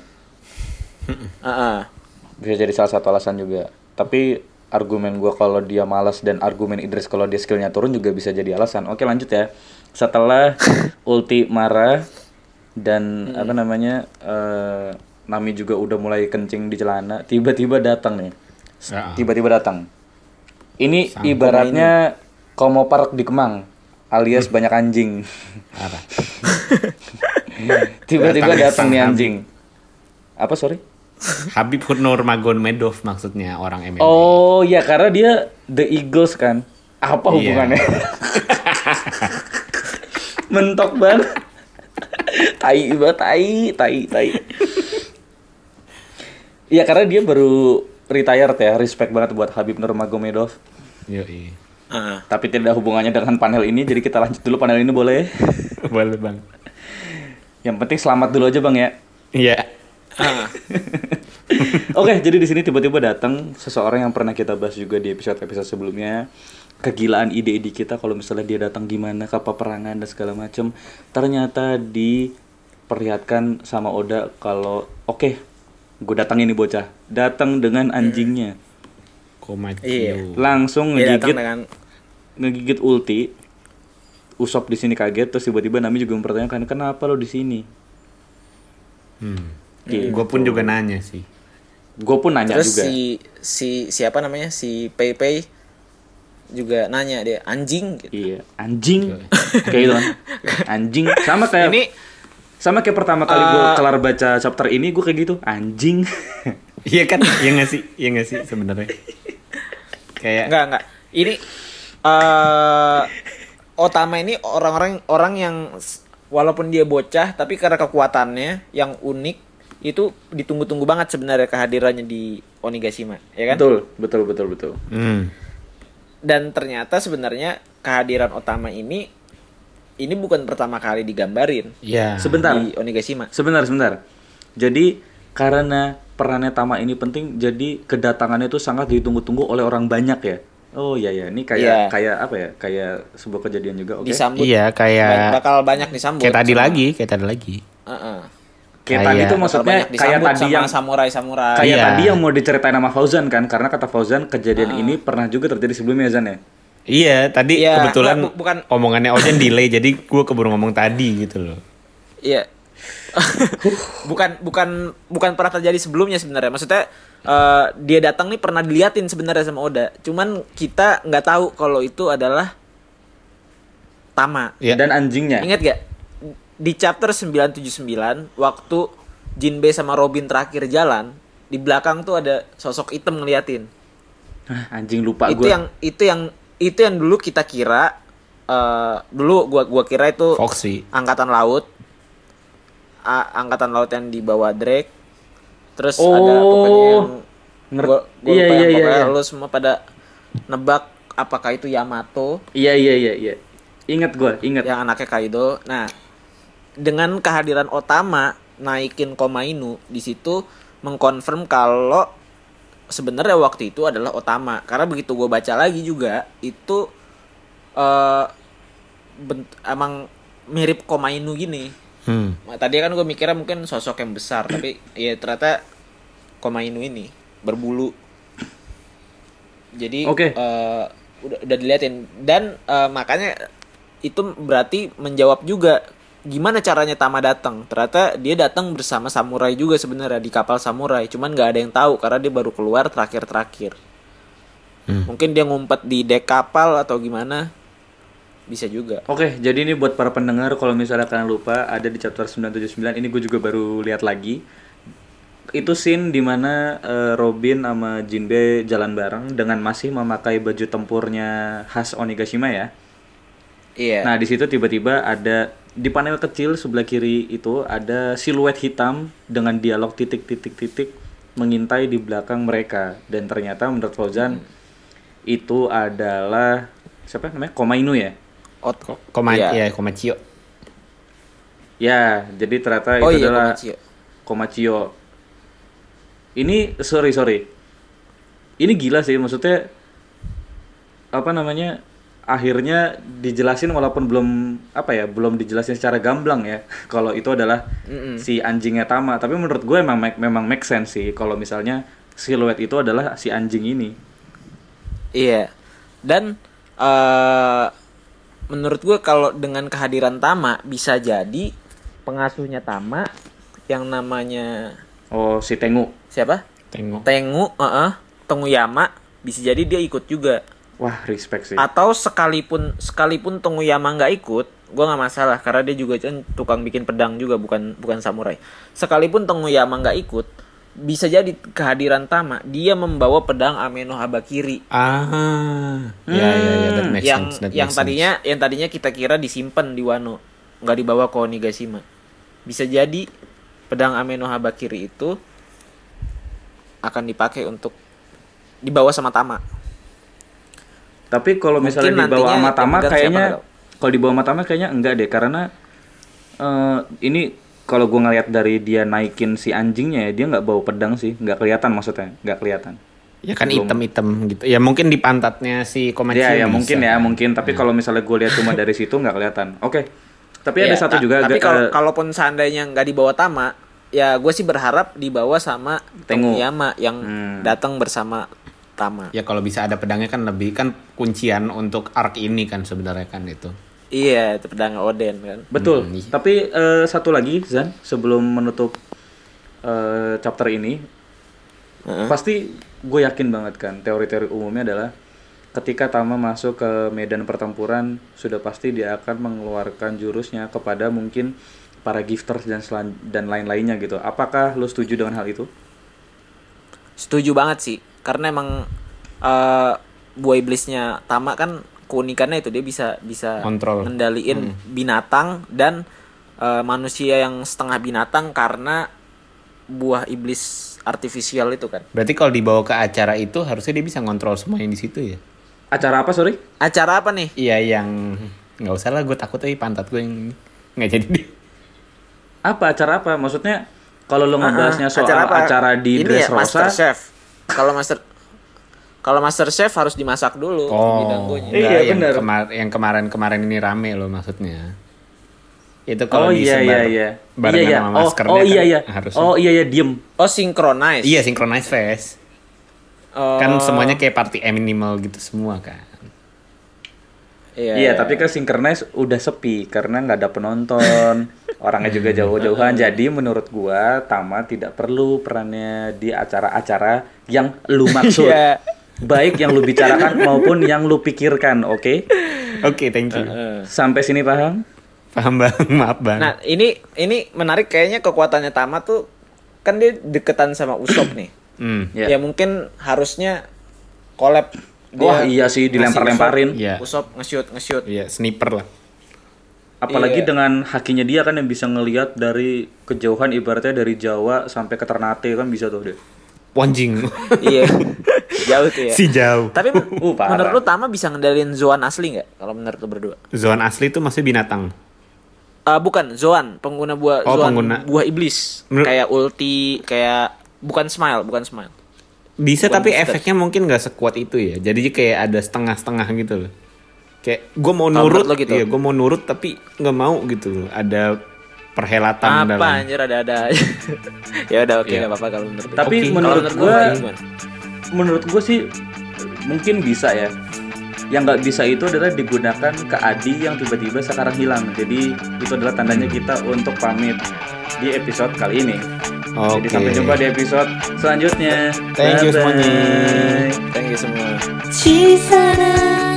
Heeh. Bisa jadi salah satu alasan juga. Tapi argumen gua kalau dia malas dan argumen Idris kalau dia skillnya turun juga bisa jadi alasan. Oke, lanjut ya. Setelah ulti Mara dan apa namanya eh, Nami juga udah mulai kencing di celana, tiba-tiba datang nih. Ya. Tiba-tiba datang. Ini ibaratnya Komo Park di Kemang alias banyak anjing. Parah. Tiba-tiba Datang datang sang nih Habib. anjing. Apa sorry? Habib Nurmagomedov maksudnya orang M M A. Oh ya karena dia The Eagles kan. Apa Iya. hubungannya? Mentok banget. Tai banget, tai, tai, tai. Iya karena dia baru retired ya, respect banget buat Habib Nurmagomedov. Yoi. Heeh. Tapi tidak ada hubungannya dengan panel ini, jadi kita lanjut dulu panel ini boleh? Boleh bang. Yang penting selamat dulu aja bang ya. Iya. Ah. Oke, jadi di sini tiba-tiba datang seseorang yang pernah kita bahas juga di episode-episode sebelumnya. Kegilaan ide-ide kita kalau misalnya dia datang gimana ke peperangan dan segala macam. Ternyata diperlihatkan sama Oda kalau oke, okay, gue datang ini bocah, datang dengan anjingnya. Komacio. Iya. Langsung Dia datang ngegigit dengan ngegigit ulti. Usop di sini kaget, terus tiba-tiba Nami juga mempertanyakan kenapa lo di sini. Hmm. Gitu. Gue pun juga nanya sih. Gue pun nanya terus juga. si si siapa namanya si Pei Pei juga nanya dia anjing gitu. Iya, anjing. Kayak gitu kan. Anjing. Sama kayak Ini sama kayak pertama kali gue Uh, kelar baca chapter ini gue kayak gitu, anjing. Iya kan? Iya nggak sih? Iya nggak sih sebenarnya? Kayak enggak enggak. Ini eh Otama ini orang-orang orang yang s- walaupun dia bocah tapi karena kekuatannya yang unik itu ditunggu-tunggu banget sebenarnya kehadirannya di Onigashima, ya kan? Betul, betul, betul, betul. hmm. Dan ternyata sebenarnya kehadiran Otama ini ini bukan pertama kali digambarin Iya. Sebentar. di Onigashima. Sebentar, sebentar. Jadi karena perannya Tama ini penting, jadi kedatangannya itu sangat ditunggu-tunggu oleh orang banyak ya. Oh iya ya, ini kayak Iya. kayak apa ya? Kayak sebuah kejadian juga. Oke. Disambut. Iya ba- kayak bakal banyak disambut. kayak tadi sama- lagi, kayak tadi lagi. Heeh. Kayak tadi Kayak- tuh Bakal maksudnya banyak kayak disambut tadi sama yang samurai-samurai. kayak Iya. tadi yang mau diceritain sama Fauzan kan, karena kata Fauzan kejadian Ah. ini pernah juga terjadi sebelumnya Zan ya. Iya, tadi Iya, kebetulan enggak, bu- bukan- omongannya Ojan delay, jadi gue keburu ngomong tadi gitu loh. Iya. bukan bukan bukan pernah terjadi sebelumnya sebenarnya. Maksudnya eh, dia datang nih pernah diliatin sebenarnya sama Oda. Cuman kita nggak tahu kalau itu adalah Tama. Iya. Dan anjingnya. Ingat gak? Di chapter sembilan tujuh sembilan waktu Jinbe sama Robin terakhir jalan, di belakang tuh ada sosok hitam ngeliatin. Ah, anjing lupa itu gue. yang itu yang itu yang dulu kita kira eh, dulu gua gua kira itu Foxy. angkatan laut. A- angkatan laut yang dibawa Drake. Terus Oh, ada pokoknya yang ngerti. gua, gua Iya, lupa iya, yang iya, pokoknya iya. lu semua pada nebak apakah itu Yamato Iya iya iya iya. Ingat gue, ingat. yang anaknya Kaido. Nah, dengan kehadiran Otama naikin Komainu di situ mengkonfirm kalau sebenarnya waktu itu adalah Otama. Karena begitu gue baca lagi juga itu eh bent- emang mirip Komainu gini. Hmm. Nah, tadi kan gue mikirnya mungkin sosok yang besar, tapi ya ternyata Komainu ini berbulu. Jadi Oke. eh, udah udah diliatin dan eh, makanya itu berarti menjawab juga gimana caranya Tama datang. Ternyata dia datang bersama samurai juga sebenarnya di kapal samurai, cuman nggak ada yang tahu karena dia baru keluar terakhir-terakhir. Hmm. Mungkin dia ngumpet di dek kapal atau gimana. Bisa juga. Oke, jadi ini buat para pendengar kalau misalnya kalian lupa ada di chapter sembilan tujuh sembilan ini gue juga baru lihat lagi. Itu scene dimana eh, Robin sama Jinbe jalan bareng dengan masih memakai baju tempurnya khas Onigashima ya. Iya. Nah, di situ tiba-tiba ada di panel kecil sebelah kiri itu ada siluet hitam dengan dialog titik-titik-titik mengintai di belakang mereka dan ternyata menurut Fauzan itu adalah siapa namanya? Komainu ya. Ot Koma Iya. ya, Komacio. Ya, jadi ternyata Oh itu iya, adalah Komacio. Komacio. Ini sorry sorry. Ini gila sih maksudnya apa namanya? Akhirnya dijelasin walaupun belum apa ya, belum dijelasin secara gamblang ya. Kalau itu adalah Mm-mm. si anjingnya Tama, tapi menurut gue emang make- memang make sense sih kalau misalnya siluet itu adalah si anjing ini. Iya. Dan eh menurut gue kalau dengan kehadiran Tama bisa jadi pengasuhnya Tama yang namanya Oh, si Tengu. siapa? Tengok. Tengu, heeh, Tenguyama bisa jadi dia ikut juga. Wah, respect sih. Atau sekalipun sekalipun Tenguyama nggak ikut, gue nggak masalah karena dia juga kan tukang bikin pedang juga, bukan bukan samurai. Sekalipun Tenguyama nggak ikut, bisa jadi kehadiran Tama dia membawa pedang Ameno Habakiri Ah. Ya ya ya, that makes yang sense. That yang makes sense. tadinya yang tadinya kita kira disimpan di Wano, nggak dibawa ke Onigashima. Bisa jadi pedang Ameno Habakiri itu akan dipakai untuk dibawa sama Tama. Tapi kalau Mungkin misalnya dibawa nantinya sama yang Tama pegang siapa kayaknya nggak tahu. kalau dibawa sama Tama kayaknya enggak deh karena eh, ini kalau gue ngeliat dari dia naikin si anjingnya, dia nggak bawa pedang sih, nggak kelihatan maksudnya, nggak kelihatan. Ya kan Belum. item-item gitu. Ya mungkin di pantatnya si Komachi. Ya, ya bisa. mungkin ya, mungkin. Tapi kalau misalnya gue lihat cuma dari situ nggak kelihatan. Oke. Tapi ada Iya, satu ta- juga. Tapi ga- kalau eh, kalaupun seandainya nggak dibawa Tama, ya gue sih berharap dibawa sama Tengu. Tenguyama yang Hmm. datang bersama Tama. Ya kalau bisa ada pedangnya kan lebih kan kuncian untuk arc ini kan sebenarnya kan itu. Iya, itu pedang Oden kan. betul. Hmm, iya. Tapi eh, satu lagi, Zan, sebelum menutup eh, chapter ini, Heeh. pasti gue yakin banget kan teori-teori umumnya adalah ketika Tama masuk ke medan pertempuran sudah pasti dia akan mengeluarkan jurusnya kepada mungkin para gifters dan selan- dan lain-lainnya gitu. Apakah lo setuju dengan hal itu? Setuju banget sih, karena emang eh, buah iblisnya Tama kan keunikannya itu dia bisa bisa Kontrol. ngendaliin binatang dan eh, manusia yang setengah binatang karena buah iblis artifisial itu kan. Berarti kalau dibawa ke acara itu harusnya dia bisa ngontrol semua yang di situ ya. Acara apa, sorry? Acara apa nih? Iya yang nggak usah lah, gue takut aja pantat gue yang nggak jadi deh. Apa acara apa? Maksudnya kalau lo ngebahasnya Ah, soal acara, apa? di Ini ya, Dressrosa, Master Chef. Kalau Master kalau Master Chef harus dimasak dulu Oh, bidanggonya. Iya, enggak, yang, bener. kemar- yang kemarin-kemarin ini rame loh maksudnya. Itu kalau oh iya disebar iya iya. barengan Iya iya. sama Oh, maskernya oh iya kan iya. harusnya. Oh iya iya, diem. Oh, synchronize. Iya, synchronize face. Oh, Kan semuanya kayak party animal gitu semua kan. Iya, Iya, tapi kan synchronize udah sepi karena nggak ada penonton, orangnya juga jauh-jauhan. Jadi menurut gua Tama tidak perlu perannya di acara-acara yang lu maksud. Iya. Baik yang lu bicarakan maupun yang lu pikirkan, oke? Oke, thank you. Sampai sini paham? Paham bang, maaf bang. Nah, ini ini menarik kayaknya kekuatannya Tama tuh kan dia deketan sama Usopp nih. Hmm. Ya. Ya mungkin harusnya collab. Wah, Dia iya sih, ngasih dilempar-lemparin. Iya. Usopp nge-shoot nge-shoot. Iya, sniper lah. Apalagi Iya. dengan hakinya dia kan yang bisa ngelihat dari kejauhan, ibaratnya dari Jawa sampai ke Ternate kan bisa tuh dia. Wanjing. Iya. Jauh tuh ya. Si jauh. Tapi Uh, parah. menurut lu Tama bisa ngendalin Zoan asli nggak? Kalau menurut lu berdua? Zoan asli itu masih binatang. Eh bukan Zoan, pengguna buah Oh, Zoan pengguna. buah iblis. Menurut- Kayak ulti, kayak bukan smile, bukan smile. Bisa Bukan tapi booster. efeknya mungkin nggak sekuat itu ya. Jadi kayak ada setengah-setengah gitu loh. Kayak gue mau Kalau nurut, menurut lo gitu? iya gue mau nurut tapi nggak mau gitu loh. Ada perhelatan Apa dalam. anjir ada-ada aja. Ya udah oke Iya. enggak apa-apa kalau menurut lu. Tapi Oke, menurut Kalau gua, gimana? menurut gua sih mungkin bisa ya. Yang nggak bisa itu adalah digunakan ke Adi yang tiba-tiba sekarang hilang. Jadi itu adalah tandanya kita untuk pamit di episode kali ini. Jadi Oke. sampai jumpa di episode selanjutnya. Thank you Bye-bye. semuanya. Thank you semua. 小さな